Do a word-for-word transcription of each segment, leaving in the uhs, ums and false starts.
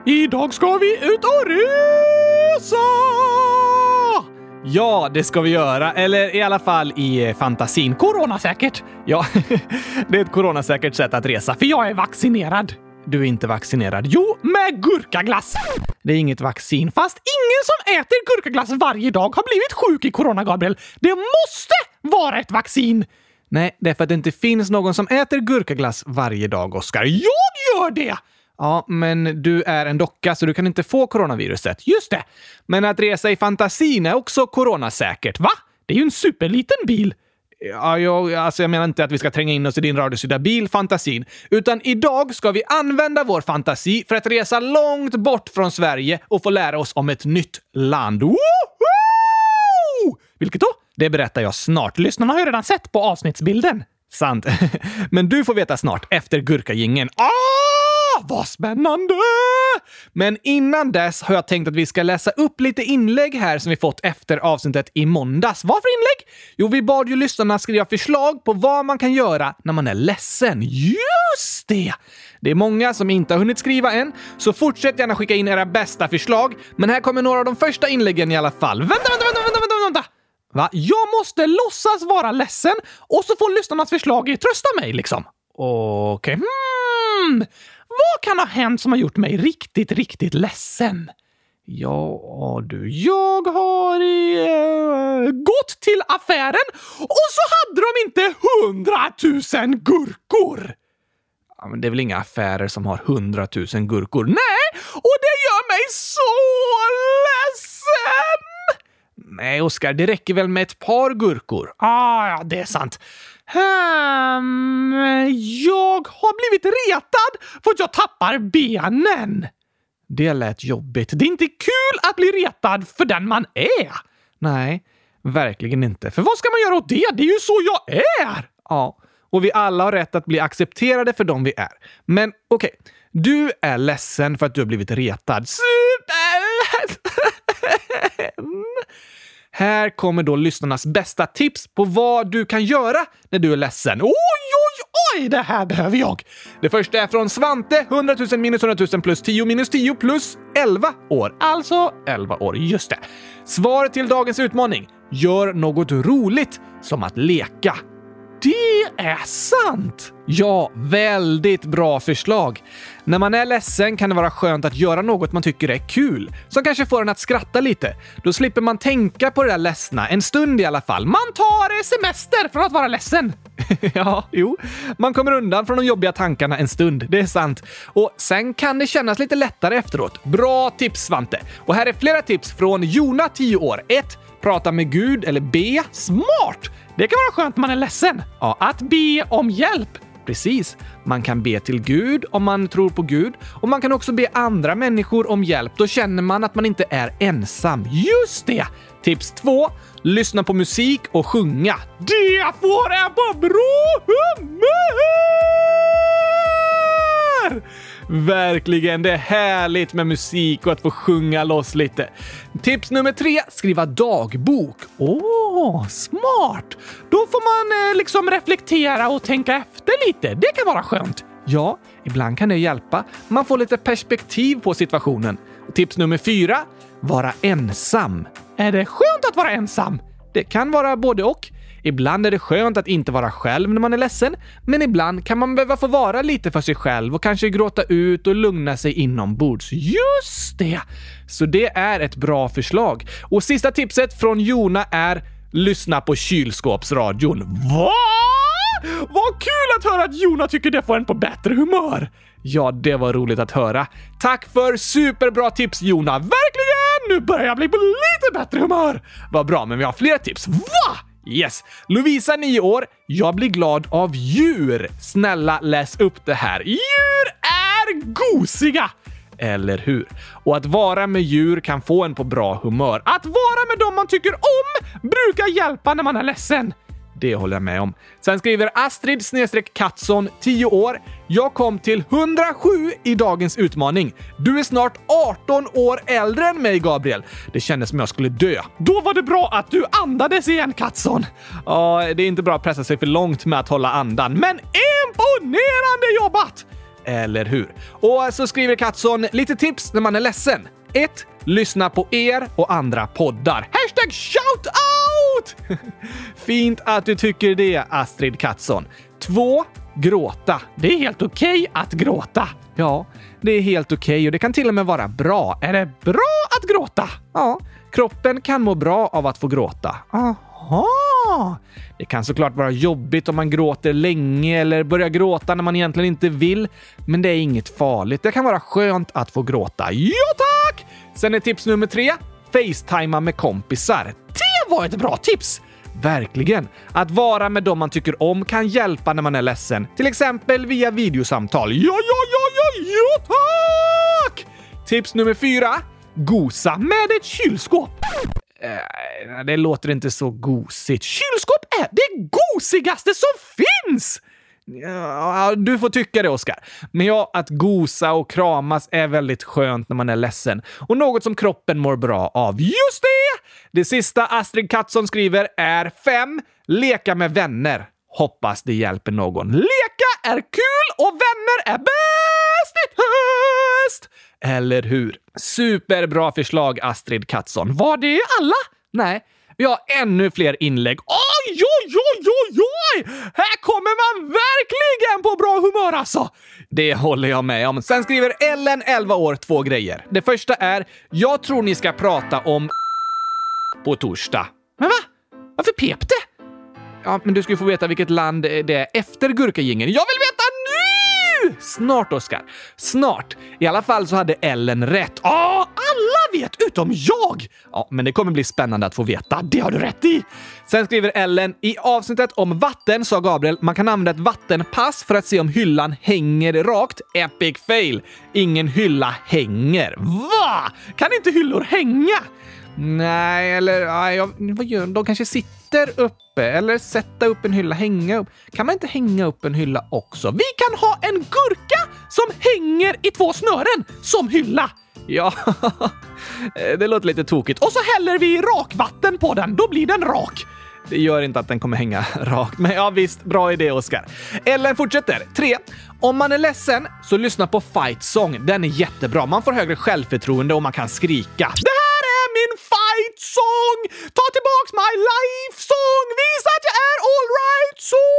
Idag ska vi ut och resa! Ja, det ska vi göra. Eller i alla fall i fantasin. Coronasäkert. Ja, det är ett coronasäkert sätt att resa. För jag är vaccinerad. Du är inte vaccinerad. Jo, med gurkaglass. Det är inget vaccin. Fast ingen som äter gurkaglass varje dag har blivit sjuk i corona, Gabriel. Det måste vara ett vaccin. Nej, det är för att det inte finns någon som äter gurkaglass varje dag, Oskar. Jag gör det! Ja, men du är en docka så du kan inte få coronaviruset. Just det. Men att resa i fantasin är också coronasäkert, va? Det är ju en superliten bil. Ja, jag, alltså jag menar inte att vi ska tränga in oss i din radiostyrda bil, fantasin. Utan idag ska vi använda vår fantasi för att resa långt bort från Sverige och få lära oss om ett nytt land. Woho! Vilket då? Det berättar jag snart. Lyssnarna har ju redan sett på avsnittsbilden. Sant. Men du får veta snart efter gurkagingen. Ah! Vad spännande! Men innan dess har jag tänkt att vi ska läsa upp lite inlägg här som vi fått efter avsnittet i måndags. Vad för inlägg? Jo, vi bad ju lyssnarna skriva förslag på vad man kan göra när man är ledsen. Just det! Det är många som inte har hunnit skriva än, så fortsätt gärna skicka in era bästa förslag. Men här kommer några av de första inläggen i alla fall. Vänta, vänta, vänta, vänta, vänta, vänta! Va? Jag måste låtsas vara ledsen och så får lyssnarnas förslag trösta mig, liksom. Okej. Okay. Hmm... Vad kan ha hänt som har gjort mig riktigt, riktigt ledsen? Ja, du, jag har eh, gått till affären och så hade de inte hundratusen gurkor. Ja, men det är väl inga affärer som har hundratusen gurkor? Nej, och det gör mig så ledsen! Nej, Oskar, det räcker väl med ett par gurkor? Ah, ja, det är sant. Um, jag har blivit retad för att jag tappar benen. Det lät jobbigt. Det är inte kul att bli retad för den man är. Nej, verkligen inte. För vad ska man göra åt det? Det är ju så jag är. Ja, och vi alla har rätt att bli accepterade för dem vi är. Men okej, okay. Du är ledsen för att du har blivit retad. Superledsen! Här kommer då lyssnarnas bästa tips på vad du kan göra när du är ledsen. Oj, oj, oj, det här behöver jag. Det första är från Svante, hundratusen minus hundratusen plus tio minus tio plus elva år. Alltså elva år, just det. Svar till dagens utmaning. Gör något roligt, som att leka. Det är sant! Ja, väldigt bra förslag. När man är ledsen kan det vara skönt att göra något man tycker är kul, som kanske får en att skratta lite. Då slipper man tänka på det där ledsna, en stund i alla fall. Man tar semester från att vara ledsen. Ja, jo. Man kommer undan från de jobbiga tankarna en stund, det är sant. Och sen kan det kännas lite lättare efteråt. Bra tips, Svante. Och här är flera tips från Jona, tio år. ett. Prata med Gud eller be. Smart! Det kan vara skönt när man är ledsen. Ja, att be om hjälp. Precis. Man kan be till Gud om man tror på Gud. Och man kan också be andra människor om hjälp. Då känner man att man inte är ensam. Just det! Tips två. Lyssna på musik och sjunga. Det får en på bra humör! Verkligen, det är härligt med musik och att få sjunga loss lite. Tips nummer tre, skriva dagbok. Åh, oh, smart! Då får man eh, liksom reflektera och tänka efter lite. Det kan vara skönt. Ja, ibland kan det hjälpa. Man får lite perspektiv på situationen. Tips nummer fyra, vara ensam. Är det skönt att vara ensam? Det kan vara både och. Ibland är det skönt att inte vara själv när man är ledsen, men ibland kan man behöva få vara lite för sig själv och kanske gråta ut och lugna sig inombords. Just det! Så det är ett bra förslag. Och sista tipset från Jona är lyssna på kylskåpsradion. Va? Vad kul att höra att Jona tycker det får en på bättre humör. Ja, det var roligt att höra. Tack för superbra tips, Jona. Verkligen! Nu börjar jag bli på lite bättre humör. Vad bra, men vi har fler tips. Va? Yes. Lovisa, nio år. Jag blir glad av djur. Snälla, läs upp det här. Djur är gosiga. Eller hur? Och att vara med djur kan få en på bra humör. Att vara med dem man tycker om brukar hjälpa när man är ledsen. Det håller jag med om. Sen skriver Astrid snedstreck Katsson, tio år. Jag kom till hundrasju i dagens utmaning. Du är snart arton år äldre än mig, Gabriel. Det kändes som jag skulle dö. Då var det bra att du andades igen, Katsson. Ja, det är inte bra att pressa sig för långt med att hålla andan. Men imponerande jobbat! Eller hur? Och så skriver Katsson lite tips när man är ledsen. ett. Lyssna på er och andra poddar. Hashtag shoutout! Fint att du tycker det, Astrid Katsson. två. Gråta. Det är helt okej att gråta. Ja, det är helt okej och det kan till och med vara bra. Är det bra att gråta? Ja, kroppen kan må bra av att få gråta. Aha! Det kan såklart vara jobbigt om man gråter länge eller börjar gråta när man egentligen inte vill. Men det är inget farligt. Det kan vara skönt att få gråta. Ja, tack! Sen är tips nummer tre. FaceTima med kompisar. Det var ett bra tips! Verkligen. Att vara med dem man tycker om kan hjälpa när man är ledsen. Till exempel via videosamtal. Ja, ja, ja, ja, ja, tack! Tips nummer fyra. Gosa med ett kylskåp. Äh, det låter inte så gosigt. Kylskåp är det gosigaste som finns! Ja, du får tycka det, Oskar. Men ja, att gosa och kramas är väldigt skönt när man är ledsen. Och något som kroppen mår bra av. Just det! Det sista Astrid Katsson skriver är fem. Leka med vänner. Hoppas det hjälper någon. Leka är kul och vänner är bäst i höst! Eller hur? Superbra förslag, Astrid Katsson. Var det alla? Nej. Vi har ännu fler inlägg. Oj, oj, oj, oj, oj! Här kommer man verkligen på bra humör alltså! Det håller jag med om. Sen skriver Ellen, elva år, två grejer. Det första är, jag tror ni ska prata om på torsdag. Men va? Varför pep det? Ja, men du ska ju få veta vilket land det är efter gurkagingen. Jag vill veta nu! Snart, Oskar. Snart. I alla fall så hade Ellen rätt. Ja, alla vet utom jag! Ja, men det kommer bli spännande att få veta. Det har du rätt i! Sen skriver Ellen, i avsnittet om vatten sa Gabriel, man kan använda ett vattenpass för att se om hyllan hänger rakt. Epic fail. Ingen hylla hänger. Va? Kan inte hyllor hänga? Nej, eller nej, vad gör de? De kanske sitter uppe eller sätta upp en hylla, hänga upp. Kan man inte hänga upp en hylla också? Vi kan ha en gurka som hänger i två snören som hylla. Ja, det låter lite tokigt. Och så häller vi rakvatten på den, då blir den rak. Det gör inte att den kommer hänga rakt. Men ja visst, bra idé, Oskar. Ellen fortsätter. tre. Om man är ledsen så lyssna på Fight Song. Den är jättebra. Man får högre självförtroende och man kan skrika. Det här är min Fight Song! Ta tillbaks my life song! Visa att jag är all right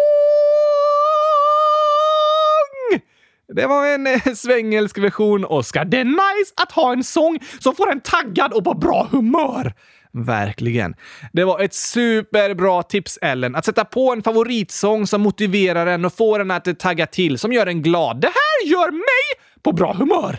song! Det var en eh, svengelsk version, Oskar. Det är nice att ha en sång som får en taggad och på bra humör. Verkligen. Det var ett superbra tips, Ellen. Att sätta på en favoritsång som motiverar en och får en att tagga till, som gör en glad. Det här gör mig på bra humör.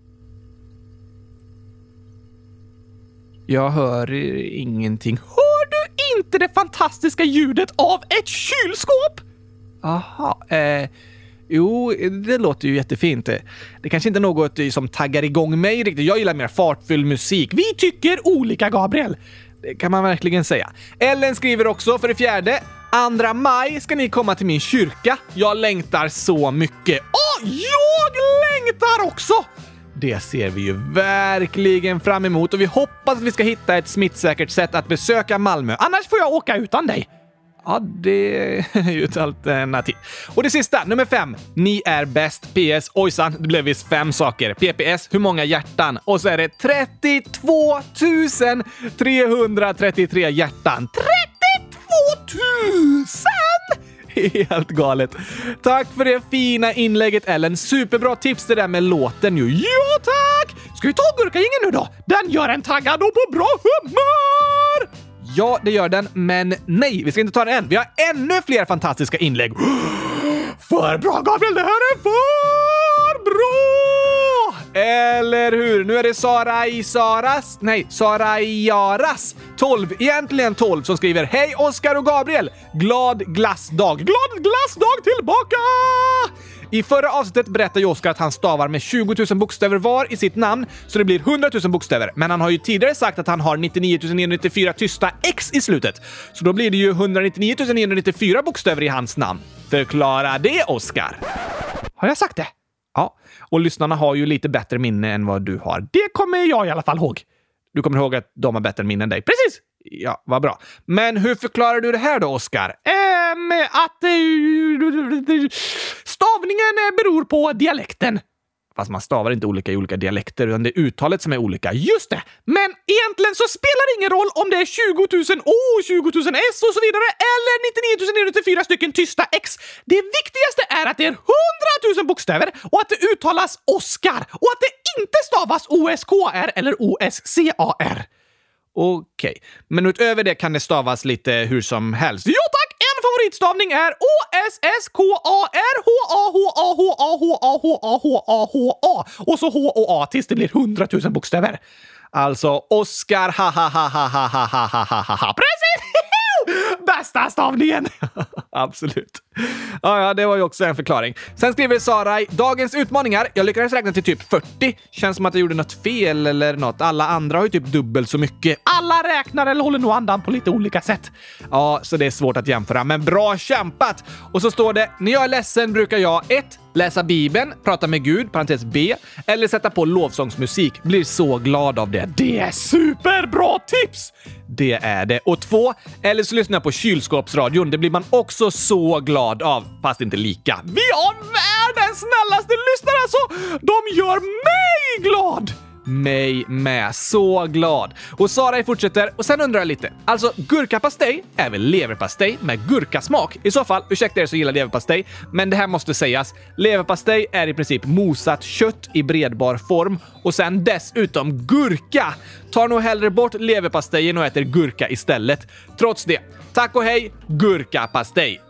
Jag hör ingenting. Hör du inte det fantastiska ljudet av ett kylskåp? Aha, eh... Jo, det låter ju jättefint. Det kanske inte är något som taggar igång mig riktigt. Jag gillar mer fartfylld musik. Vi tycker olika, Gabriel. Det kan man verkligen säga. Ellen skriver också för det fjärde. Andra maj ska ni komma till min kyrka. Jag längtar så mycket. Åh, jag längtar också! Det ser vi ju verkligen fram emot och vi hoppas att vi ska hitta ett smittsäkert sätt att besöka Malmö. Annars får jag åka utan dig. Ja, det är ju ett alternativ. Och det sista, nummer fem. Ni är bäst. P S. Ojsan, det blev visst fem saker. P P S, hur många hjärtan? Och så är det trettiotvå tusen trehundratrettiotre hjärtan. trettiotvå tusen! Helt galet. Tack för det fina inlägget, Ellen. Superbra tips det där med låten ju. Ja, tack! Ska vi ta gurkagingen nu då? Den gör en taggad och på bra humör! Ja, det gör den, men nej, vi ska inte ta den än. Vi har ännu fler fantastiska inlägg. För bra, Gabriel, det här är för bra! Eller hur? Nu är det Sara i Saras, nej, Sara i Jaras tolv, egentligen tolv, som skriver: hej Oskar och Gabriel, glad glassdag. Glad glassdag tillbaka! I förra avsnittet berättade Oskar att han stavar med tjugo tusen bokstäver var i sitt namn, så det blir hundra tusen bokstäver. Men han har ju tidigare sagt att han har nittionio tusen niohundranittiofyra tysta X i slutet. Så då blir det ju etthundranittionio tusen niohundranittiofyra bokstäver i hans namn. Förklara det, Oskar. Har jag sagt det? Ja. Och lyssnarna har ju lite bättre minne än vad du har. Det kommer jag i alla fall ihåg. Du kommer ihåg att de har bättre minne än dig. Precis! Ja, vad bra. Men hur förklarar du det här då, Oskar? Ehm, att eh, stavningen beror på dialekten. Fast man stavar inte olika i olika dialekter, utan det är uttalet som är olika. Just det! Men egentligen så spelar det ingen roll om det är tjugo tusen O, tjugo tusen S och så vidare, eller nittionio tusen niohundranittiofyra stycken tysta X. Det viktigaste är att det är hundra tusen bokstäver och att det uttalas Oskar och att det inte stavas O S K R eller O S C A R. Okej, okay. Men utöver det kan det stavas lite hur som helst. Jo tack! En favoritstavning är O S S K A R H A H A H A H A H A H A H A och så H och A tills det blir hundratusen bokstäver. Alltså Oskar, ha ha ha ha ha ha ha ha ha ha ha. Precis! Bästa stavningen! Absolut. Ja, ja, det var ju också en förklaring. Sen skriver Sarai, dagens utmaningar. Jag lyckades räkna till typ fyrtio. Känns som att jag gjorde något fel eller något. Alla andra har ju typ dubbelt så mycket. Alla räknar eller håller nog andan på lite olika sätt. Ja, så det är svårt att jämföra. Men bra kämpat! Och så står det, när jag är ledsen brukar jag ett läsa Bibeln, prata med Gud, parentes B, eller sätta på lovsångsmusik. Blir så glad av det. Det är superbra tips! Det är det. Och två, eller så lyssnar jag på kylskåpsradion. Det blir man också så glad av, fast inte lika. Vi har världens snällaste lyssnare alltså! De gör mig glad! Mig med. Så glad. Och Sara fortsätter. Och sen undrar jag lite. Alltså, gurkapastej är väl leverpastej med gurkasmak? I så fall, ursäkta er så gillar leverpastej. Men det här måste sägas. Leverpastej är i princip mosat kött i bredbar form. Och sen dessutom gurka. Tar nog hellre bort leverpastejen och äter gurka istället. Trots det. Tack och hej, gurkapastej.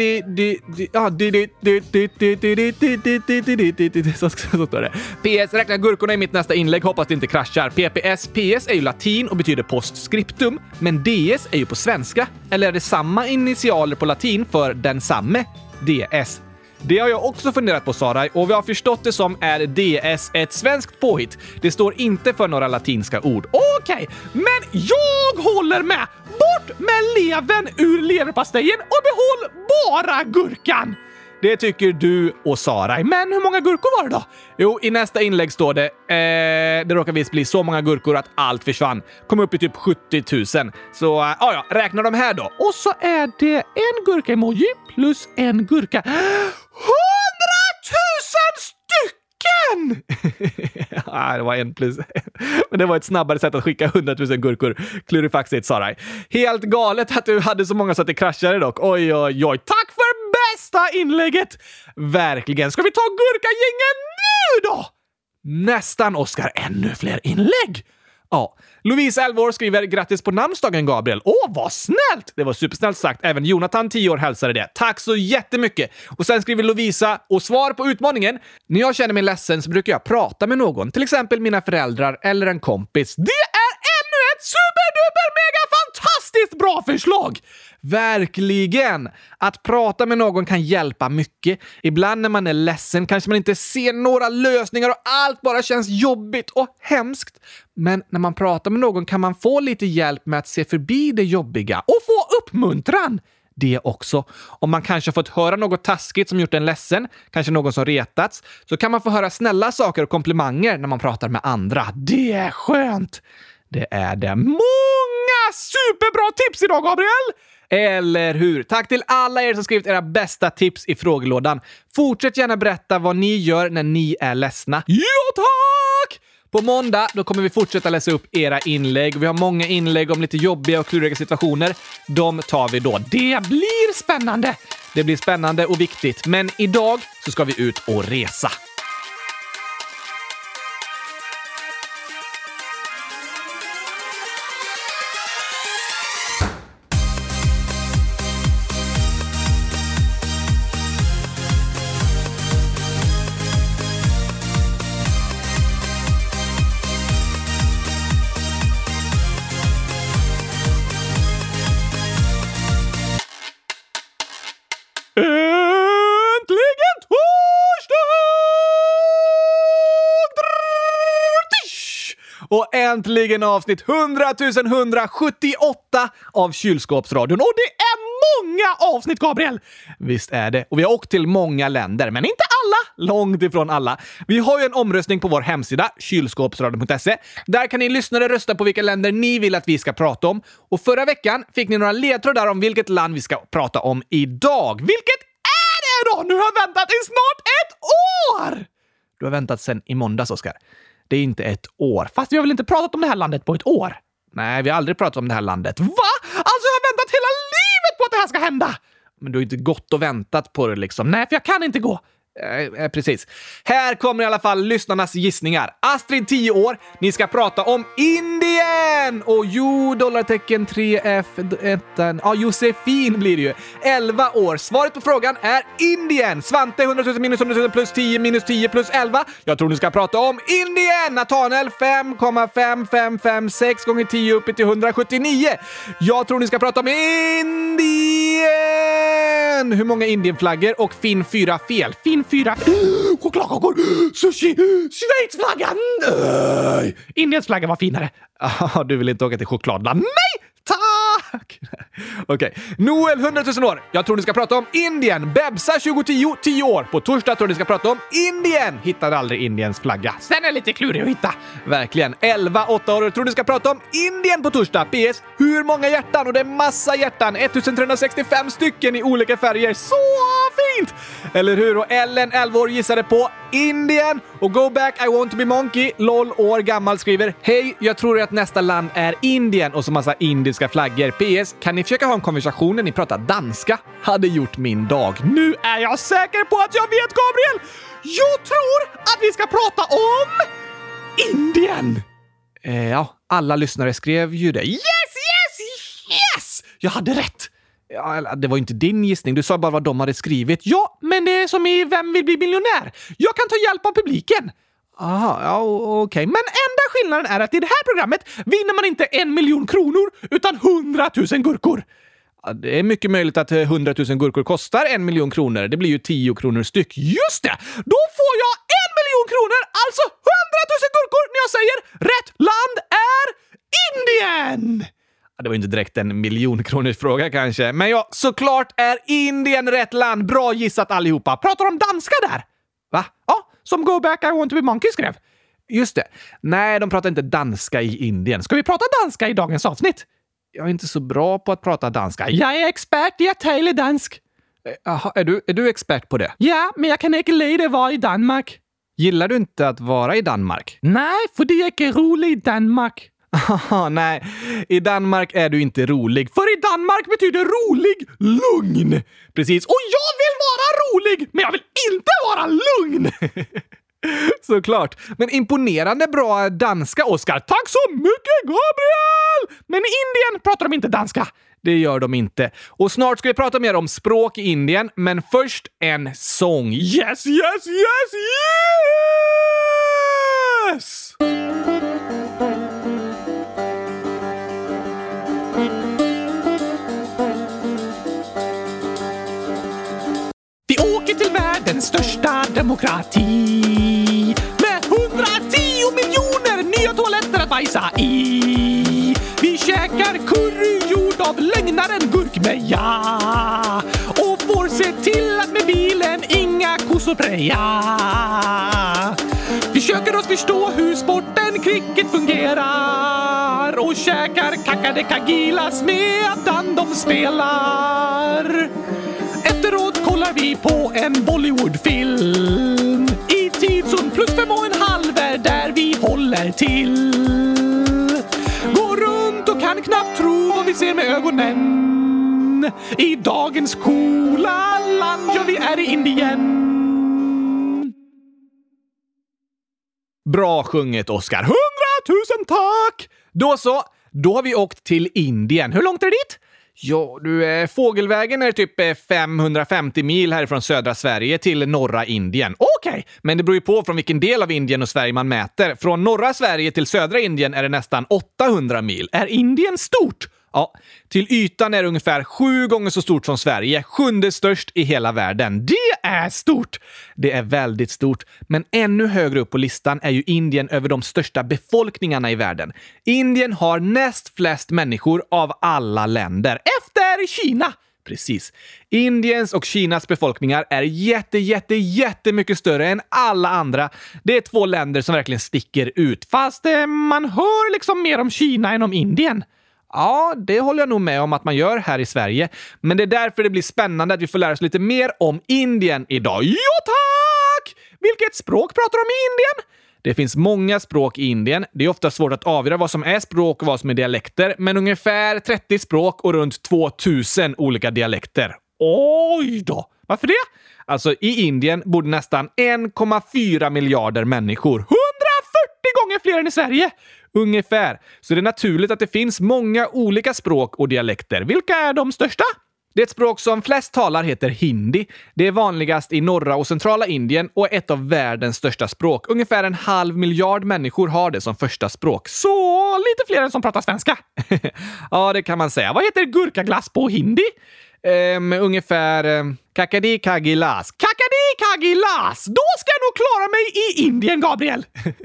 Så står det. P S, räkna gurkorna i mitt nästa inlägg. Hoppas det inte kraschar. P P S, P S är ju latin och betyder postscriptum. Men D S är ju på svenska. Eller är det samma initialer på latin för densamme? D S. Det har jag också funderat på, Sarai, och vi har förstått det som är D S ett svenskt påhitt. Det står inte för några latinska ord. Okej, okay, men jag håller med! Bort med levern ur leverpastejen och behåll bara gurkan! Det tycker du och Sarai. Men hur många gurkor var det då? Jo, i nästa inlägg står det eh, det råkar visst bli så många gurkor att allt försvann. Kom upp i typ sjuttio tusen. Så äh, ja, räkna dem här då. Och så är det en gurka-emoji plus en gurka. Hundratusen stycken! Ja, det var en plus. Men det var ett snabbare sätt att skicka hundratusen gurkor. Klurifaxigt, Sarai. Helt galet att du hade så många så att det kraschade dock. Oj, oj, oj. Tack för bästa inlägget! Verkligen. Ska vi ta gurkagängen nu då? Nästan, Oskar. Ännu fler inlägg. Ja. Lovisa, elva år, skriver grattis på namnsdagen, Gabriel. Åh, vad snällt! Det var supersnällt sagt. Även Jonathan, tio år, hälsade det. Tack så jättemycket! Och sen skriver Lovisa, och svar på utmaningen. När jag känner mig ledsen så brukar jag prata med någon. Till exempel mina föräldrar eller en kompis. Det är ännu ett superduper mega fantastiskt bra förslag! Verkligen! Att prata med någon kan hjälpa mycket. Ibland när man är ledsen kanske man inte ser några lösningar och allt bara känns jobbigt och hemskt. Men när man pratar med någon kan man få lite hjälp med att se förbi det jobbiga och få uppmuntran. Det också. Om man kanske fått höra något taskigt som gjort en ledsen, kanske någon som retats, så kan man få höra snälla saker och komplimanger när man pratar med andra. Det är skönt! Det är det. Många superbra tips idag, Gabriel! Eller hur? Tack till alla er som skrivit era bästa tips i frågelådan. Fortsätt gärna berätta vad ni gör när ni är ledsna. Ja, tack! På måndag då kommer vi fortsätta läsa upp era inlägg. Vi har många inlägg om lite jobbiga och kluriga situationer. De tar vi då. Det blir spännande! Det blir spännande och viktigt. Men idag så ska vi ut och resa. Äntligen torsdag! Och äntligen avsnitt hundratusen etthundrasjuttioåtta av Kylskåpsradion. Och det är många avsnitt, Gabriel! Visst är det. Och vi har åkt till många länder, men inte alla. Långt ifrån alla. Vi har ju en omröstning på vår hemsida, kylskåpsradion punkt se. Där kan ni lyssnare rösta på vilka länder ni vill att vi ska prata om. Och förra veckan fick ni några ledtrådar om vilket land vi ska prata om idag. Vilket är det då? Nu har jag väntat i snart ett år! Du har väntat sedan i måndags, Oskar. Det är inte ett år. Fast vi har väl inte pratat om det här landet på ett år? Nej, vi har aldrig pratat om det här landet. Va? Alltså jag har väntat hela livet på att det här ska hända! Men du har inte gått och väntat på det liksom. Nej, för jag kan inte gå. Eh, precis. Här kommer i alla fall lyssnarnas gissningar. Astrid, tio år. Ni ska prata om Indien! Och jo, dollartecken tre F ett. Ja, Josefin blir det ju. elva år. Svaret på frågan är Indien. Svante, hundratusen minus hundratusen plus tio minus tio plus elva. Jag tror ni ska prata om Indien. Nathanael, fem komma fem fem fem sex gånger tio uppe till hundrasjuttionio. Jag tror ni ska prata om Indien. Hur många Indienflaggor? Och Finn fyra fel. Finn fyra. Chokladkakor. Sushi. Schweizflaggan. Nej. Indiens flagga var finare. Ah, du vill inte åka till chokladland. Nej! Tack! Okej. Okay. Noel, hundratusen år. Jag tror ni ska prata om Indien. Bebsa, tjugo tio, tio år. På torsdag tror ni ska prata om Indien. Hittade aldrig Indiens flagga. Sen är lite klurig att hitta. Verkligen. elva, åtta år. Tror ni ska prata om Indien på torsdag. P S. Hur många hjärtan? Och det är massa hjärtan. ettusentrehundrasextiofem stycken i olika färger. Så fint! Eller hur? Och Ellen, elva år, gissade på Indien. Och Go Back, I Want To Be Monkey, lol, år gammal, skriver: Hej, jag tror att nästa land är Indien. Och så massa indiska flaggor. P S. Kan ni försöka ha en konversation när ni pratar danska? Hade gjort min dag. Nu är jag säker på att jag vet, Gabriel! Jag tror att vi ska prata om Indien! Eh, ja, alla lyssnare skrev ju det. Yes, yes, yes! Jag hade rätt! Ja, det var ju inte din gissning. Du sa bara vad de hade skrivit. Ja, men det är som i Vem vill bli miljonär? Jag kan ta hjälp av publiken. Aha, ja, okej. Okay. Men enda skillnaden är att i det här programmet vinner man inte en miljon kronor utan hundratusen gurkor. Ja, det är mycket möjligt att hundratusen gurkor kostar en miljon kronor. Det blir ju tio kronor styck. Just det! Då får jag en miljon kronor, alltså hundratusen gurkor när jag säger rätt land är Indien! Det var inte direkt en miljonkronors fråga kanske. Men ja, såklart är Indien rätt land. Bra gissat allihopa. Pratar de danska där? Va? Ja, som Go Back, I Want To Be Monkey skrev. Just det. Nej, de pratar inte danska i Indien. Ska vi prata danska i dagens avsnitt? Jag är inte så bra på att prata danska. Jag är expert i att tala dansk. Jaha, är du, är du expert på det? Ja, men jag kan inte lida vara i Danmark. Gillar du inte att vara i Danmark? Nej, för det är inte roligt i Danmark. Aha, nej, i Danmark är du inte rolig. För i Danmark betyder rolig lugn. Precis, och jag vill vara rolig, men jag vill inte vara lugn. Såklart, men imponerande bra danska, Oskar. Tack så mycket, Gabriel! Men i Indien pratar de inte danska. Det gör de inte. Och snart ska vi prata mer om språk i Indien, men först en sång. Yes, yes, yes, yes! Vi åker till världens största demokrati med hundratio miljoner nya toaletter att bajsa i. Vi käkar curry gjord av lögnaren gurkmeja och får se till att med bilen inga kossor preja. Vi försöker oss förstå hur sporten cricket fungerar och käkar kakadekagilas medan de spelar. Efteråt kollar vi på en Bollywoodfilm i tidszon plus fem och en halv är där vi håller till. Går runt och kan knappt tro vad vi ser med ögonen. I dagens coola land, ja vi är i Indien. Bra sjunget, Oskar. Hundratusen tack! Då så, då har vi åkt till Indien. Hur långt är det dit? Ja, du, eh, fågelvägen är typ femhundrafemtio mil härifrån södra Sverige till norra Indien. Okej, okay. Men det beror ju på från vilken del av Indien och Sverige man mäter. Från norra Sverige till södra Indien är det nästan åttahundra mil. Är Indien stort? Ja, till ytan är det ungefär sju gånger så stort som Sverige. Sjunde störst i hela världen. Det är stort! Det är väldigt stort. Men ännu högre upp på listan är ju Indien över de största befolkningarna i världen. Indien har näst flest människor av alla länder. Efter Kina! Precis. Indiens och Kinas befolkningar är jätte, jätte, jättemycket större än alla andra. Det är två länder som verkligen sticker ut, fast eh, man hör liksom mer om Kina än om Indien. Ja, det håller jag nog med om att man gör här i Sverige. Men det är därför det blir spännande att vi får lära oss lite mer om Indien idag. Ja, tack! Vilket språk pratar de i Indien? Det finns många språk i Indien. Det är ofta svårt att avgöra vad som är språk och vad som är dialekter, men ungefär trettio språk och runt tvåtusen olika dialekter. Oj då! Varför det? Alltså, i Indien bor nästan en komma fyra miljarder människor. hundrafyrtio gånger fler än i Sverige! Ungefär. Så det är naturligt att det finns många olika språk och dialekter. Vilka är de största? Det är ett språk som flest talar heter hindi. Det är vanligast i norra och centrala Indien och är ett av världens största språk. Ungefär en halv miljard människor har det som första språk. Så lite fler än som pratar svenska. Ja, det kan man säga. Vad heter gurkaglass på hindi? Um, ungefär um, kakadi kagilas. Kakadi kagilas! Då ska jag nog klara mig i Indien, Gabriel!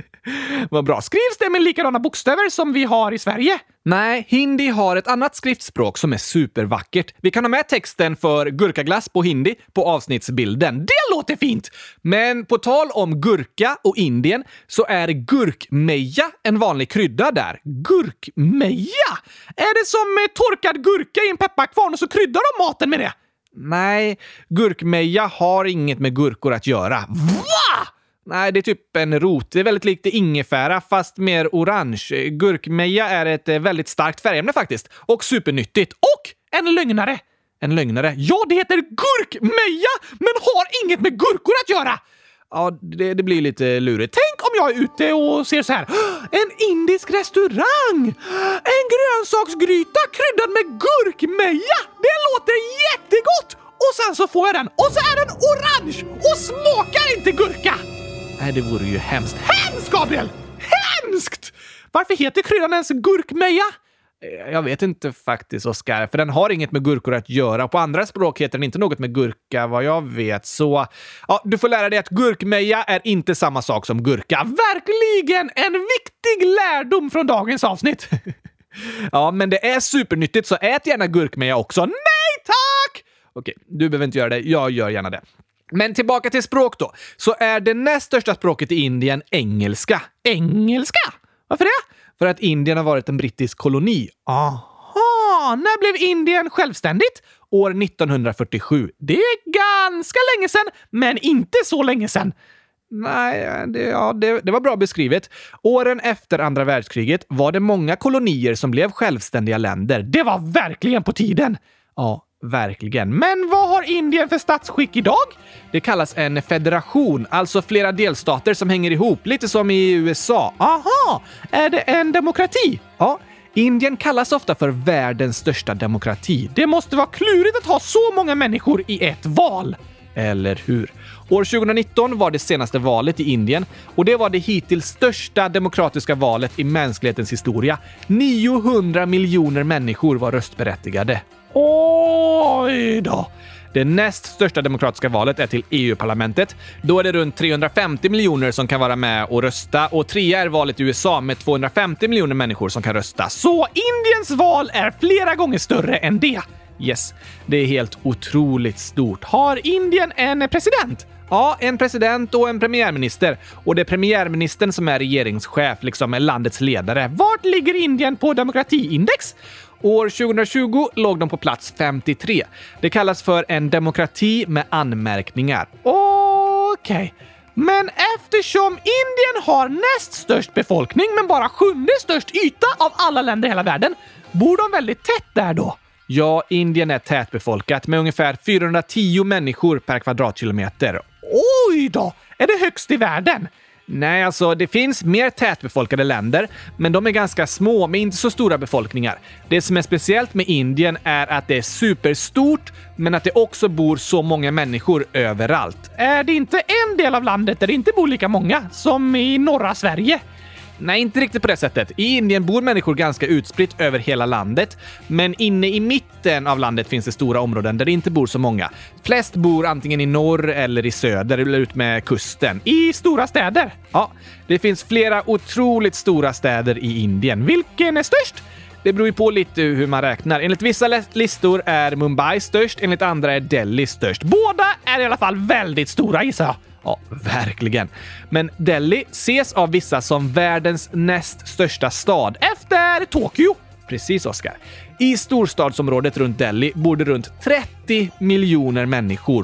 Vad bra. Skrivs det med likadana bokstäver som vi har i Sverige? Nej, hindi har ett annat skriftspråk som är supervackert. Vi kan ha med texten för gurkaglass på hindi på avsnittsbilden. Det låter fint! Men på tal om gurka och Indien så är gurkmeja en vanlig krydda där. Gurkmeja? Är det som med torkad gurka i en pepparkvarn och så kryddar de maten med det? Nej, gurkmeja har inget med gurkor att göra. Va? Nej, det är typ en rot. Det är väldigt likt ingefära, fast mer orange. Gurkmeja är ett väldigt starkt färgämne faktiskt. Och supernyttigt. Och en lögnare. En lögnare. Ja, det heter gurkmeja, men har inget med gurkor att göra. Ja, det, det blir lite lurigt. Tänk om jag är ute och ser så här. En indisk restaurang! En grönsaksgryta kryddad med gurkmeja! Det låter jättegott! Och sen så får jag den. Och så är den orange! Och smakar inte gurka! Nej, det vore ju hemskt. Hemskt, Gabriel! Hemskt! Varför heter kryddan ens gurkmeja? Jag vet inte faktiskt, Oskar, för den har inget med gurkor att göra. På andra språk heter den inte något med gurka, vad jag vet. Så ja, du får lära dig att gurkmeja är inte samma sak som gurka. Verkligen en viktig lärdom från dagens avsnitt. Ja, men det är supernyttigt, så ät gärna gurkmeja också. Nej, tack! Okej, du behöver inte göra det. Jag gör gärna det. Men tillbaka till språk då. Så är det näst största språket i Indien engelska. Engelska? Varför det? För att Indien har varit en brittisk koloni. Aha, när blev Indien självständigt? År nittonhundrafyrtiosju. Det är ganska länge sedan, men inte så länge sedan. Nej, det, ja, det, det var bra beskrivet. Åren efter andra världskriget var det många kolonier som blev självständiga länder. Det var verkligen på tiden. Ja, verkligen. Men vad har Indien för statsskick idag? Det kallas en federation, alltså flera delstater som hänger ihop, lite som i U S A. Aha, är det en demokrati? Ja, Indien kallas ofta för världens största demokrati. Det måste vara klurigt att ha så många människor i ett val. Eller hur? År tjugonitton var det senaste valet i Indien och det var det hittills största demokratiska valet i mänsklighetens historia. niohundra miljoner människor var röstberättigade. Oj då! Det näst största demokratiska valet är till E U-parlamentet. Då är det runt trehundrafemtio miljoner som kan vara med och rösta och trea är valet i U S A med tvåhundrafemtio miljoner människor som kan rösta. Så Indiens val är flera gånger större än det. Yes, det är helt otroligt stort. Har Indien en president? Ja, en president och en premiärminister. Och det är premiärministern som är regeringschef, liksom är landets ledare. Vart ligger Indien på demokratiindex? År tjugohundratjugo låg de på plats femtiotre. Det kallas för en demokrati med anmärkningar. Okej. Okay. Men eftersom Indien har näst störst befolkning men bara sjunde störst yta av alla länder i hela världen, bor de väldigt tätt där då? Ja, Indien är tätbefolkat med ungefär fyrahundratio människor per kvadratkilometer. Oj då! Är det högst i världen? Nej, alltså det finns mer tätbefolkade länder, men de är ganska små med inte så stora befolkningar. Det som är speciellt med Indien är att det är superstort, men att det också bor så många människor överallt. Är det inte en del av landet där det inte bor lika många, som i norra Sverige? Nej, inte riktigt på det sättet. I Indien bor människor ganska utspritt över hela landet, men inne i mitten av landet finns det stora områden där det inte bor så många. Flest bor antingen i norr eller i söder eller ut med kusten. I stora städer? Ja, det finns flera otroligt stora städer i Indien. Vilken är störst? Det beror ju på lite hur man räknar. Enligt vissa listor är Mumbai störst, enligt andra är Delhi störst. Båda är i alla fall väldigt stora, gissar jag. Ja, verkligen. Men Delhi ses av vissa som världens näst största stad efter Tokyo. Precis, Oskar. I storstadsområdet runt Delhi bor det runt trettio miljoner människor.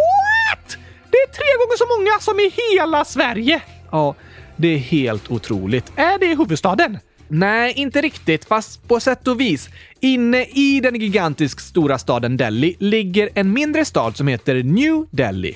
What? Det är tre gånger så många som i hela Sverige. Ja, det är helt otroligt. Är det huvudstaden? Nej, inte riktigt, fast på sätt och vis. Inne i den gigantiskt stora staden Delhi ligger en mindre stad som heter New Delhi.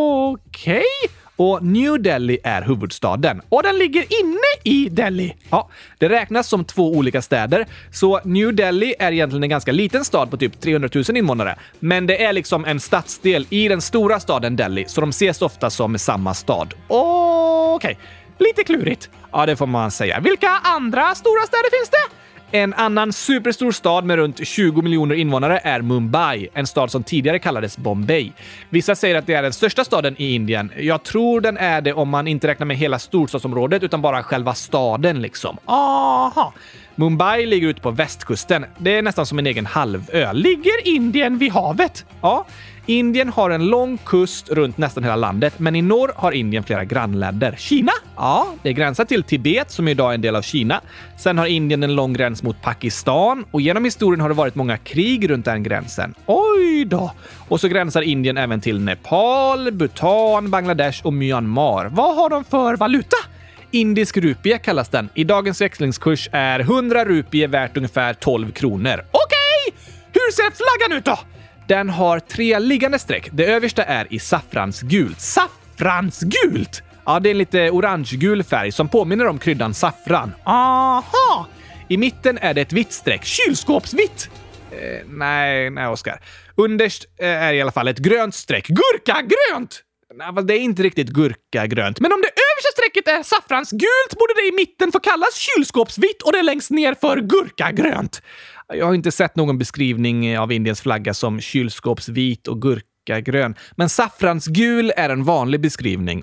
Okej. Okay. Och New Delhi är huvudstaden. Och den ligger inne i Delhi. Ja, det räknas som två olika städer. Så New Delhi är egentligen en ganska liten stad på typ trehundratusen invånare. Men det är liksom en stadsdel i den stora staden Delhi. Så de ses ofta som samma stad. Okej. Okay. Lite klurigt. Ja, det får man säga. Vilka andra stora städer finns det? En annan superstor stad med runt tjugo miljoner invånare är Mumbai, en stad som tidigare kallades Bombay. Vissa säger att det är den största staden i Indien. Jag tror den är det om man inte räknar med hela storstadsområdet utan bara själva staden liksom. Aha! Mumbai ligger ute på västkusten. Det är nästan som en egen halvö. Ligger Indien vid havet? Ja. Indien har en lång kust runt nästan hela landet, men i norr har Indien flera grannländer. Kina? Ja, det gränsar till Tibet som idag är en del av Kina. Sen har Indien en lång gräns mot Pakistan och genom historien har det varit många krig runt den gränsen. Oj då! Och så gränsar Indien även till Nepal, Bhutan, Bangladesh och Myanmar. Vad har de för valuta? Indisk rupie kallas den. I dagens växlingskurs är hundra rupie värt ungefär tolv kronor. Okej! Hur ser flaggan ut då? Den har tre liggande streck. Det översta är i saffransgult. Saffransgult? Ja, det är en lite orangegul färg som påminner om kryddan saffran. Aha! I mitten är det ett vitt streck. Kylskåpsvitt! Eh, nej, nej Oskar. Underst är i alla fall ett grönt streck. Gurkagrönt! Nej, det är inte riktigt gurkagrönt. Men om det översta strecket är saffransgult borde det i mitten få kallas kylskåpsvitt och det längst ner för gurkagrönt. Jag har inte sett någon beskrivning av Indiens flagga som kylskåpsvit och gurkagrön. Men saffransgul är en vanlig beskrivning.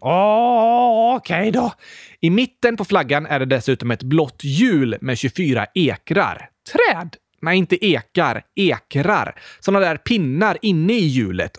Åh, okej okay då. I mitten på flaggan är det dessutom ett blått hjul med tjugofyra ekrar. Träd? Nej, inte ekar. Ekrar. Såna där pinnar inne i hjulet.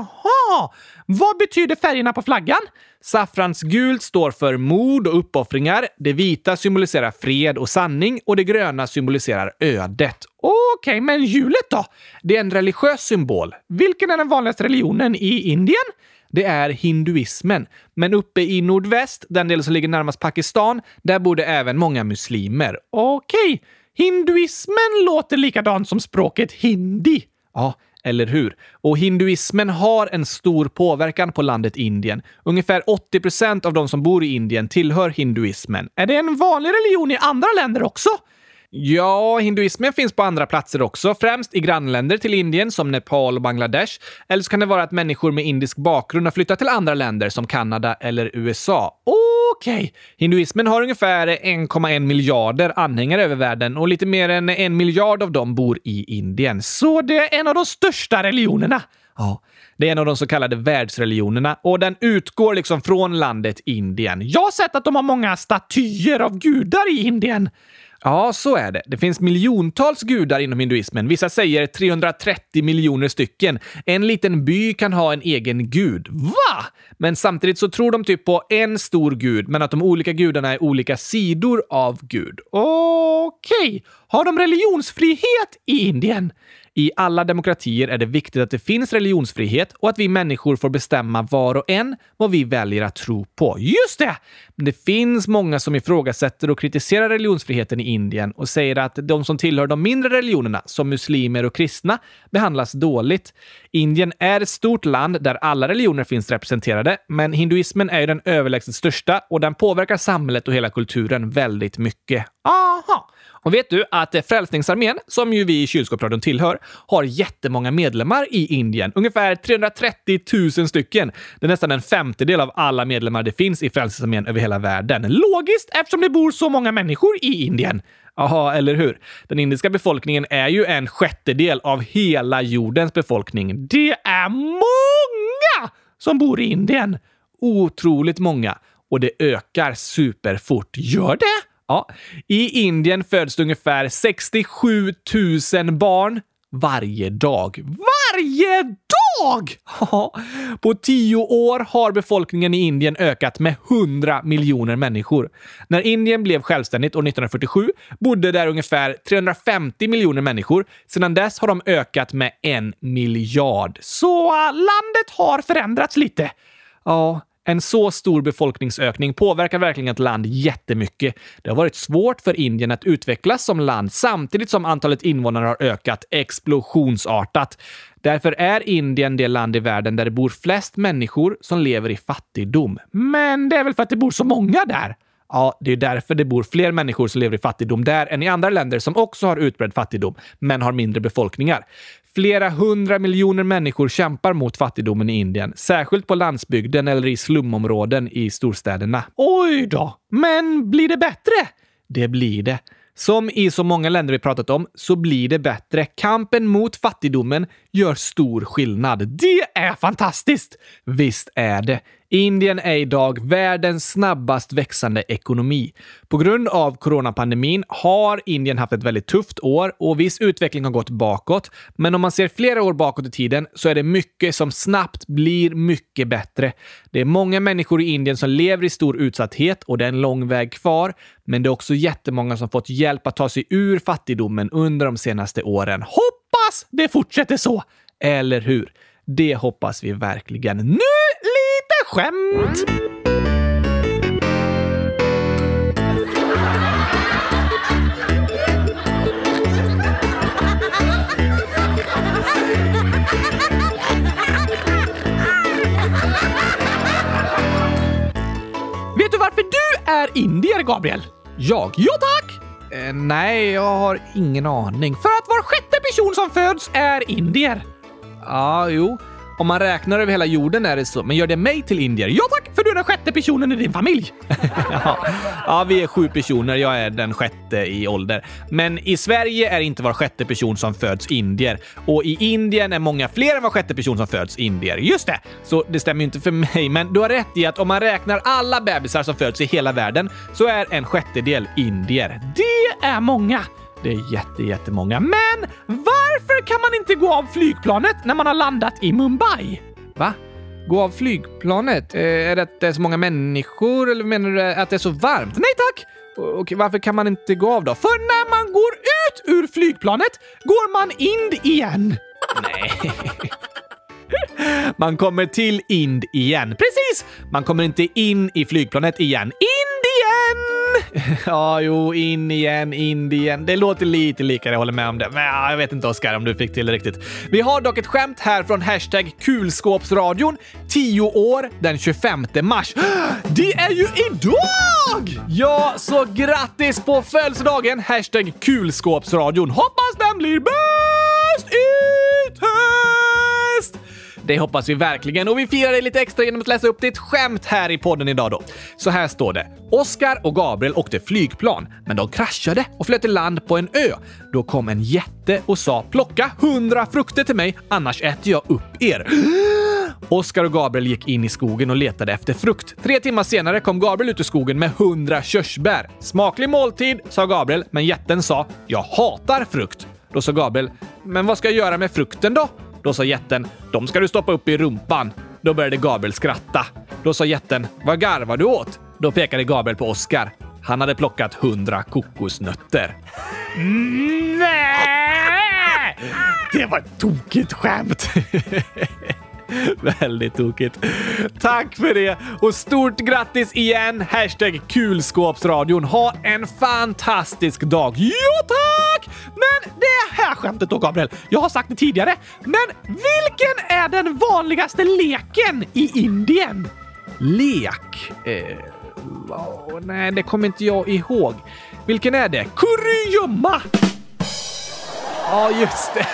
Aha! Vad betyder färgerna på flaggan? Saffransgult står för mod och uppoffringar. Det vita symboliserar fred och sanning och det gröna symboliserar ödet. Okej, okay, men hjulet då? Det är en religiös symbol. Vilken är den vanligaste religionen i Indien? Det är hinduismen. Men uppe i nordväst, den del som ligger närmast Pakistan, där bor det även många muslimer. Okej. Okay. Hinduismen låter likadant som språket hindi. Ja, eller hur? Och hinduismen har en stor påverkan på landet Indien. Ungefär åttio procent av de som bor i Indien tillhör hinduismen. Är det en vanlig religion i andra länder också? Ja, hinduismen finns på andra platser också, främst i grannländer till Indien som Nepal och Bangladesh. Eller så kan det vara att människor med indisk bakgrund har flyttat till andra länder som Kanada eller U S A. Okej, okay. Hinduismen har ungefär en komma en miljarder anhängare över världen och lite mer än en miljard av dem bor i Indien. Så det är en av de största religionerna. Ja, det är en av de så kallade världsreligionerna och den utgår liksom från landet Indien. Jag har sett att de har många statyer av gudar i Indien. Ja, så är det. Det finns miljontals gudar inom hinduismen. Vissa säger trehundratrettio miljoner stycken. En liten by kan ha en egen gud. Va? Men samtidigt så tror de typ på en stor gud, men att de olika gudarna är olika sidor av gud. Okej. Okay. Har de religionsfrihet i Indien? I alla demokratier är det viktigt att det finns religionsfrihet och att vi människor får bestämma var och en vad vi väljer att tro på. Just det! Men det finns många som ifrågasätter och kritiserar religionsfriheten i Indien och säger att de som tillhör de mindre religionerna, som muslimer och kristna, behandlas dåligt. Indien är ett stort land där alla religioner finns representerade, men hinduismen är ju den överlägset största och den påverkar samhället och hela kulturen väldigt mycket. Aha! Och vet du att Frälsningsarmén, som ju vi i Kylskåpsradion tillhör, har jättemånga medlemmar i Indien. Ungefär trehundratrettio tusen stycken. Det är nästan en femtedel av alla medlemmar det finns i Frälsningsarmén över hela världen. Logiskt eftersom det bor så många människor i Indien. Jaha, eller hur? Den indiska befolkningen är ju en sjättedel av hela jordens befolkning. Det är många som bor i Indien. Otroligt många. Och det ökar superfort. Gör det? Ja, i Indien föds det ungefär sextiosju tusen barn varje dag. Varje dag! På tio år har befolkningen i Indien ökat med hundra miljoner människor. När Indien blev självständigt år nittonhundrafyrtiosju bodde där ungefär trehundrafemtio miljoner människor. Sedan dess har de ökat med en miljard. Så landet har förändrats lite. Ja, en så stor befolkningsökning påverkar verkligen ett land jättemycket. Det har varit svårt för Indien att utvecklas som land samtidigt som antalet invånare har ökat explosionsartat. Därför är Indien det land i världen där det bor flest människor som lever i fattigdom. Men det är väl för att det bor så många där? Ja, det är därför det bor fler människor som lever i fattigdom där än i andra länder som också har utbredd fattigdom, men har mindre befolkningar. Flera hundra miljoner människor kämpar mot fattigdomen i Indien, särskilt på landsbygden eller i slumområden i storstäderna. Oj då! Men blir det bättre? Det blir det. Som i så många länder vi pratat om så blir det bättre. Kampen mot fattigdomen gör stor skillnad. Det är fantastiskt! Visst är det. Indien är idag världens snabbast växande ekonomi. På grund av coronapandemin har Indien haft ett väldigt tufft år och viss utveckling har gått bakåt. Men om man ser flera år bakåt i tiden så är det mycket som snabbt blir mycket bättre. Det är många människor i Indien som lever i stor utsatthet och det är en lång väg kvar. Men det är också jättemånga som fått hjälp att ta sig ur fattigdomen under de senaste åren. Hoppas det fortsätter så! Eller hur? Det hoppas vi verkligen. Nu lite skämt! Vet du varför du är indier, Gabriel? Jag? Ja, tack! Eh, nej, jag har ingen aning. För att var sjätte person som föds är indier. Ja, jo. Om man räknar över hela jorden är det så. Men gör det mig till indier? Ja tack, för du är den sjätte personen i din familj. ja. ja, vi är sju personer. Jag är den sjätte i ålder. Men i Sverige är inte var sjätte person som föds indier. Och i Indien är många fler än var sjätte person som föds indier. Just det! Så det stämmer ju inte för mig. Men du har rätt i att om man räknar alla bebisar som föds i hela världen så är en sjättedel indier. Det är många! Det är jätte, jättemånga. Men varför kan man inte gå av flygplanet när man har landat i Mumbai? Va? Gå av flygplanet? Eh, är det att det är så många människor eller menar du att det är så varmt? Nej tack! Och varför kan man inte gå av då? För när man går ut ur flygplanet går man in igen. Nej. Man kommer till Ind igen. Precis! Man kommer inte in i flygplanet igen. Ind igen! Ja, jo, in igen, in igen. Det låter lite lika, jag håller med om det. Men ja, jag vet inte, Oskar, om du fick till det riktigt. Vi har dock ett skämt här från hashtag kulskåpsradion. tio år den tjugofemte mars. Det är ju idag! Ja, så grattis på födelsedagen. Hashtag kulskåpsradion. Hoppas den blir bäst i test! Det hoppas vi verkligen och vi firar det lite extra genom att läsa upp ett skämt här i podden idag då. Så här står det. Oskar och Gabriel åkte flygplan, men de kraschade och flöt till land på en ö. Då kom en jätte och sa plocka hundra frukter till mig, annars äter jag upp er. Oskar och Gabriel gick in i skogen och letade efter frukt. Tre timmar senare kom Gabriel ut ur skogen med hundra körsbär. Smaklig måltid, sa Gabriel, men jätten sa jag hatar frukt. Då sa Gabriel, men vad ska jag göra med frukten då? Då sa jätten, de ska du stoppa upp i rumpan. Då började Gabriel skratta. Då sa jätten, vad garvar du åt? Då pekade Gabriel på Oskar. Han hade plockat hundra kokosnötter. Nej! Det var ett tokigt skämt. Väldigt tokigt. Tack för det. Och stort grattis igen. Hashtag kulskåpsradion. Ha en fantastisk dag. Ja, tack! Men det här skämtet då, Gabriel. Jag har sagt det tidigare. Men vilken är den vanligaste leken i Indien? Lek? Eh, oh, nej, det kommer inte jag ihåg. Vilken är det? Kurragömma! Ja, just det.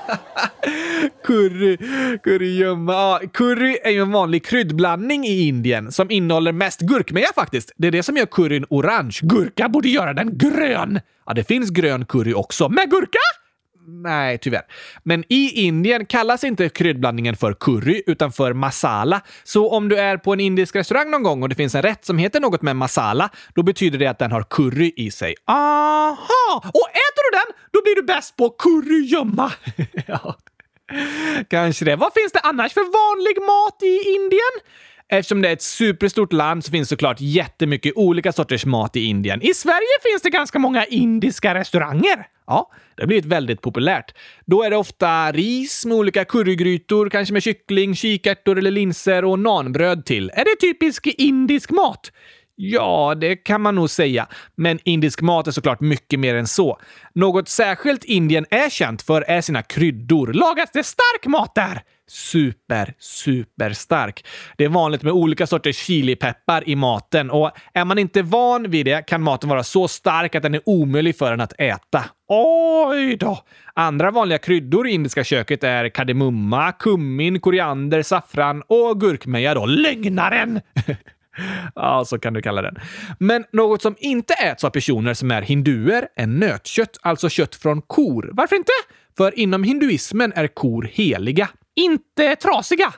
Curry, currygömma. Ja, curry är ju en vanlig kryddblandning i Indien som innehåller mest gurkmeja faktiskt. Det är det som gör curryn orange. Gurka borde göra den grön. Ja, det finns grön curry också. Med gurka? Nej, tyvärr. Men i Indien kallas inte kryddblandningen för curry utan för masala. Så om du är på en indisk restaurang någon gång och det finns en rätt som heter något med masala, då betyder det att den har curry i sig. Aha! Och äter du den, då blir du bäst på currygömma. Ja, kanske det. Vad finns det annars för vanlig mat i Indien? Eftersom det är ett superstort land så finns såklart jättemycket olika sorters mat i Indien. I Sverige finns det ganska många indiska restauranger. Ja, det har blivit väldigt populärt. Då är det ofta ris med olika currygrytor, kanske med kyckling, kikärtor eller linser och nanbröd till. Är det typisk indisk mat? Ja, det kan man nog säga. Men indisk mat är såklart mycket mer än så. Något särskilt Indien är känt för är sina kryddor. Lagas det stark mat där? Super, super stark. Det är vanligt med olika sorters chilipeppar i maten och är man inte van vid det kan maten vara så stark att den är omöjlig för en att äta. Oj då! Andra vanliga kryddor i indiska köket är kardemumma, kummin, koriander, saffran och gurkmeja då. Lögnaren! Ja, så kan du kalla den. Men något som inte äts av personer som är hinduer är nötkött, alltså kött från kor. Varför inte? För inom hinduismen är kor heliga. Inte trasiga.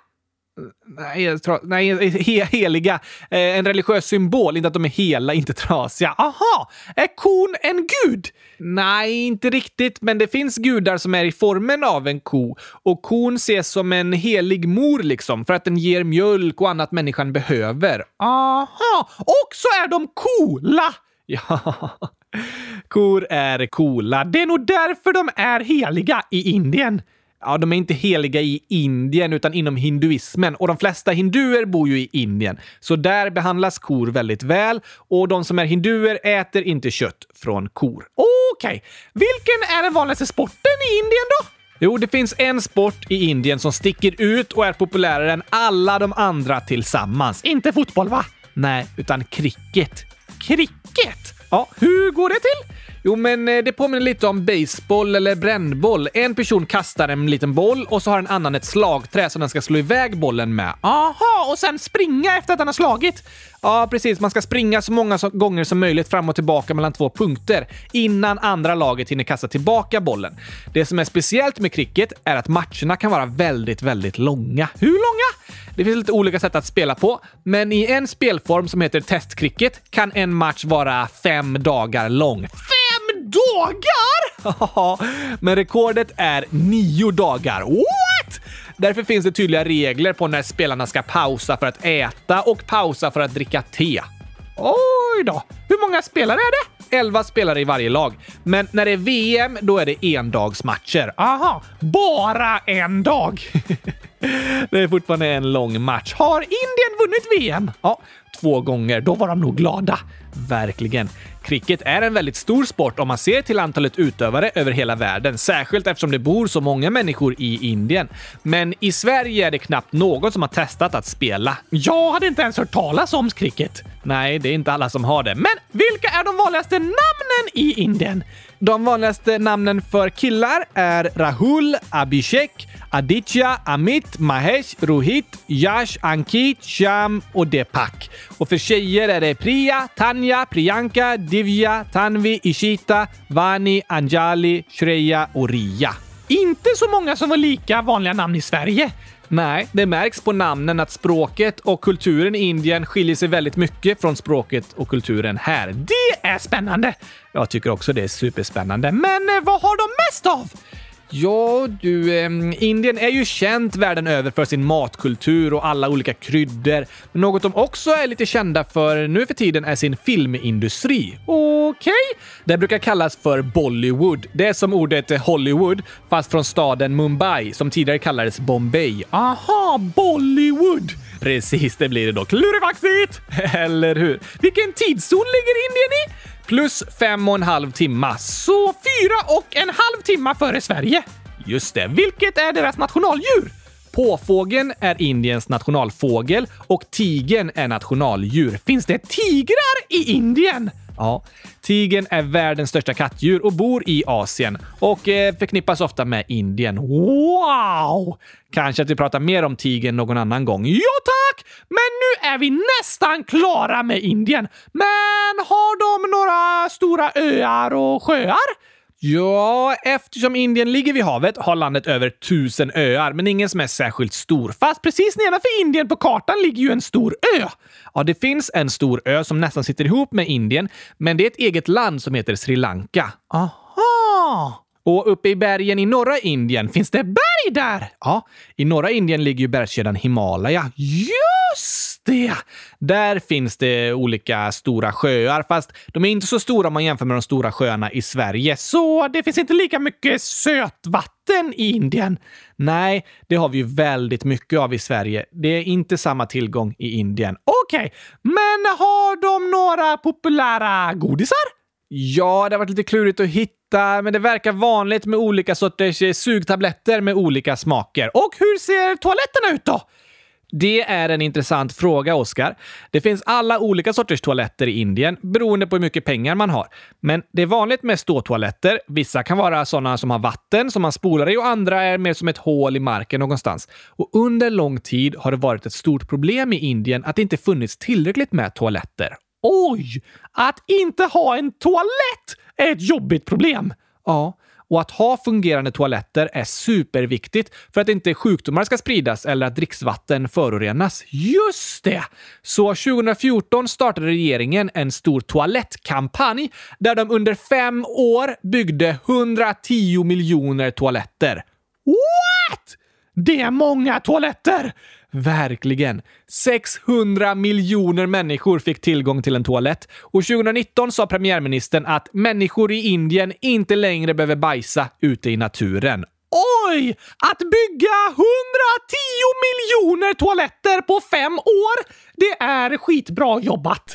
Nej, tra- nej he- heliga. Eh, en religiös symbol, inte att de är hela, inte trasiga. Aha! Är kon en gud? Nej, inte riktigt, men det finns gudar som är i formen av en ko. Och kon ses som en helig mor liksom, för att den ger mjölk och annat människan behöver. Aha! Och så är de coola! Ja, kor är coola. Det är nog därför de är heliga i Indien. Ja, de är inte heliga i Indien utan inom hinduismen och de flesta hinduer bor ju i Indien. Så där behandlas kor väldigt väl och de som är hinduer äter inte kött från kor. Okej, okay. Vilken är den vanligaste sporten i Indien då? Jo, det finns en sport i Indien som sticker ut och är populärare än alla de andra tillsammans. Inte fotboll, va? Nej, utan cricket. Cricket? Ja, hur går det till? Jo, men det påminner lite om baseball eller brännboll. En person kastar en liten boll och så har en annan ett slagträ som den ska slå iväg bollen med. Aha, och sen springa efter att den har slagit. Ja, precis. Man ska springa så många gånger som möjligt fram och tillbaka mellan två punkter innan andra laget hinner kasta tillbaka bollen. Det som är speciellt med cricket är att matcherna kan vara väldigt, väldigt långa. Hur långa? Det finns lite olika sätt att spela på, men i en spelform som heter testcricket kan en match vara fem dagar lång. Fem dagar? Men rekordet är nio dagar. What? Därför finns det tydliga regler på när spelarna ska pausa för att äta och pausa för att dricka te. Oj då! Hur många spelare är det? elva spelare i varje lag. Men när det är V M, då är det endagsmatcher. Aha, bara en dag. Det är fortfarande en lång match. Har Indien vunnit V M? Ja, två gånger. Då var de nog glada. Verkligen. Cricket är en väldigt stor sport om man ser till antalet utövare över hela världen, särskilt eftersom det bor så många människor i Indien. Men i Sverige är det knappt någon som har testat att spela. Jag hade inte ens hört talas om cricket. Nej, det är inte alla som har det. Men vilka är de vanligaste namnen i Indien? De vanligaste namnen för killar är Rahul, Abhishek, Aditya, Amit, Mahesh, Rohit, Yash, Ankit, Sham och Deepak. Och för tjejer är det Priya, Tanya, Priyanka, Divya, Tanvi, Ishita, Vani, Anjali, Shreya och Riya. Inte så många som var lika vanliga namn i Sverige. Nej, det märks på namnen att språket och kulturen i Indien skiljer sig väldigt mycket från språket och kulturen här. Det är spännande! Jag tycker också det är superspännande. Men vad har de mest av? Ja, du, eh, Indien är ju känt världen över för sin matkultur och alla olika kryddor. Men något de också är lite kända för nu för tiden är sin filmindustri. Okej? Okay. Det brukar kallas för Bollywood. Det är som ordet Hollywood, fast från staden Mumbai, som tidigare kallades Bombay. Aha, Bollywood! Precis, det blir det då. Klurifaxigt! Eller hur? Vilken tidszon ligger Indien i? Plus fem och en halv timma. Så fyra och en halv timma före Sverige. Just det. Vilket är deras nationaldjur? Påfågeln är Indiens nationalfågel och tigern är nationaldjur. Finns det tigrar i Indien? Ja, tigern är världens största kattdjur och bor i Asien och eh, förknippas ofta med Indien. Wow! Kanske att vi pratar mer om tigern någon annan gång. Ja tack! Men nu är vi nästan klara med Indien. Men har de några stora öar och sjöar? Ja, eftersom Indien ligger vid havet har landet över tusen öar, men ingen som är särskilt stor. Fast precis nedanför Indien på kartan ligger ju en stor ö. Ja, det finns en stor ö som nästan sitter ihop med Indien, men det är ett eget land som heter Sri Lanka. Aha! Och uppe i bergen i norra Indien finns det berg där! Ja, i norra Indien ligger ju bergskedjan Himalaya. Just det! Där finns det olika stora sjöar, fast de är inte så stora om man jämför med de stora sjöarna i Sverige. Så det finns inte lika mycket sötvatten i Indien. Nej, det har vi ju väldigt mycket av i Sverige. Det är inte samma tillgång i Indien. Okej, okay. Men har de några populära godisar? Ja, det har varit lite klurigt att hitta, men det verkar vanligt med olika sorters sugtabletter med olika smaker. Och hur ser toaletterna ut då? Det är en intressant fråga, Oskar. Det finns alla olika sorters toaletter i Indien beroende på hur mycket pengar man har. Men det är vanligt med ståtoaletter. Vissa kan vara sådana som har vatten som man spolar i och andra är mer som ett hål i marken någonstans. Och under lång tid har det varit ett stort problem i Indien att det inte funnits tillräckligt med toaletter. Oj! Att inte ha en toalett är ett jobbigt problem. Ja, och att ha fungerande toaletter är superviktigt för att inte sjukdomar ska spridas eller att dricksvatten förorenas. Just det! Så tjugo fjorton startade regeringen en stor toalettkampanj där de under fem år byggde hundratio miljoner toaletter. What? Det är många toaletter! Verkligen. sexhundra miljoner människor fick tillgång till en toalett. Och tjugo nitton sa premiärministern att människor i Indien inte längre behöver bajsa ute i naturen. Oj! Att bygga hundratio miljoner toaletter på fem år, det är skitbra jobbat.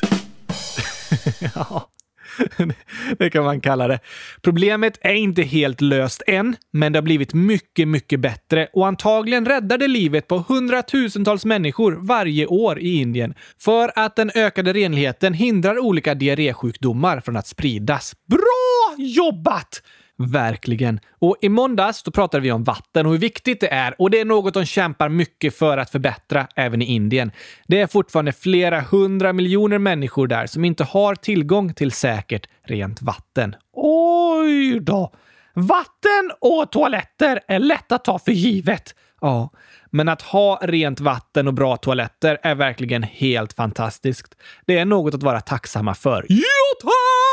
Ja. Det kan man kalla det. Problemet är inte helt löst än, men det har blivit mycket, mycket bättre och antagligen räddar det livet på hundratusentals människor varje år i Indien för att den ökade renligheten hindrar olika diarrésjukdomar från att spridas. Bra jobbat! Verkligen. Och i måndags då pratade vi om vatten och hur viktigt det är och det är något de kämpar mycket för att förbättra även i Indien. Det är fortfarande flera hundra miljoner människor där som inte har tillgång till säkert rent vatten. Oj då! Vatten och toaletter är lätt att ta för givet. Ja, men att ha rent vatten och bra toaletter är verkligen helt fantastiskt. Det är något att vara tacksamma för. Jo, tack!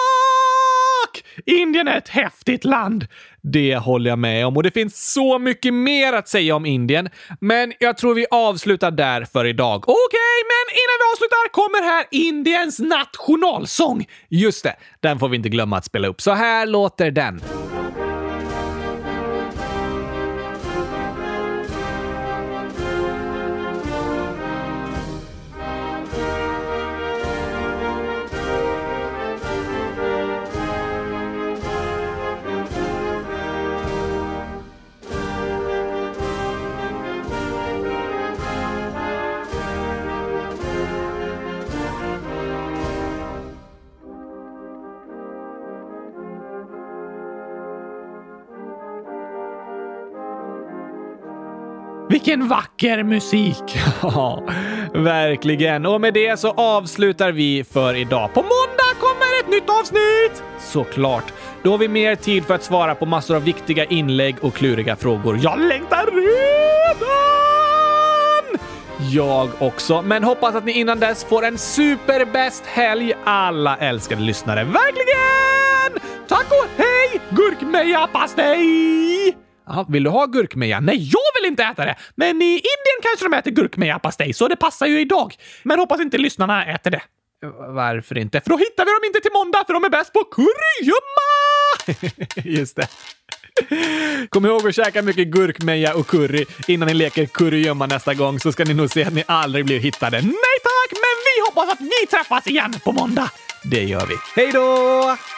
Indien är ett häftigt land. Det håller jag med om och det finns så mycket mer att säga om Indien. Men jag tror vi avslutar där för idag. Okej, okay, men innan vi avslutar kommer här Indiens nationalsång. Just det, den får vi inte glömma att spela upp. Så här låter den. Vilken vacker musik! Ja, verkligen. Och med det så avslutar vi för idag. På måndag kommer ett nytt avsnitt! Såklart. Då har vi mer tid för att svara på massor av viktiga inlägg och kluriga frågor. Jag längtar redan! Jag också. Men hoppas att ni innan dess får en superbäst helg, alla älskade lyssnare. Verkligen! Tack och hej! Gurkmeja-pastej! Ja, vill du ha gurkmeja? Nej, jag vill inte äta det. Men i Indien kanske de äter gurkmeja-pastej, så det passar ju idag. Men hoppas inte lyssnarna äter det. Varför inte? För då hittar vi dem inte till måndag, för de är bäst på kurragömma! Just det. Kom ihåg att käka mycket gurkmeja och curry innan ni leker kurragömma nästa gång, så ska ni nog se att ni aldrig blir hittade. Nej tack, men vi hoppas att vi träffas igen på måndag. Det gör vi. Hej då!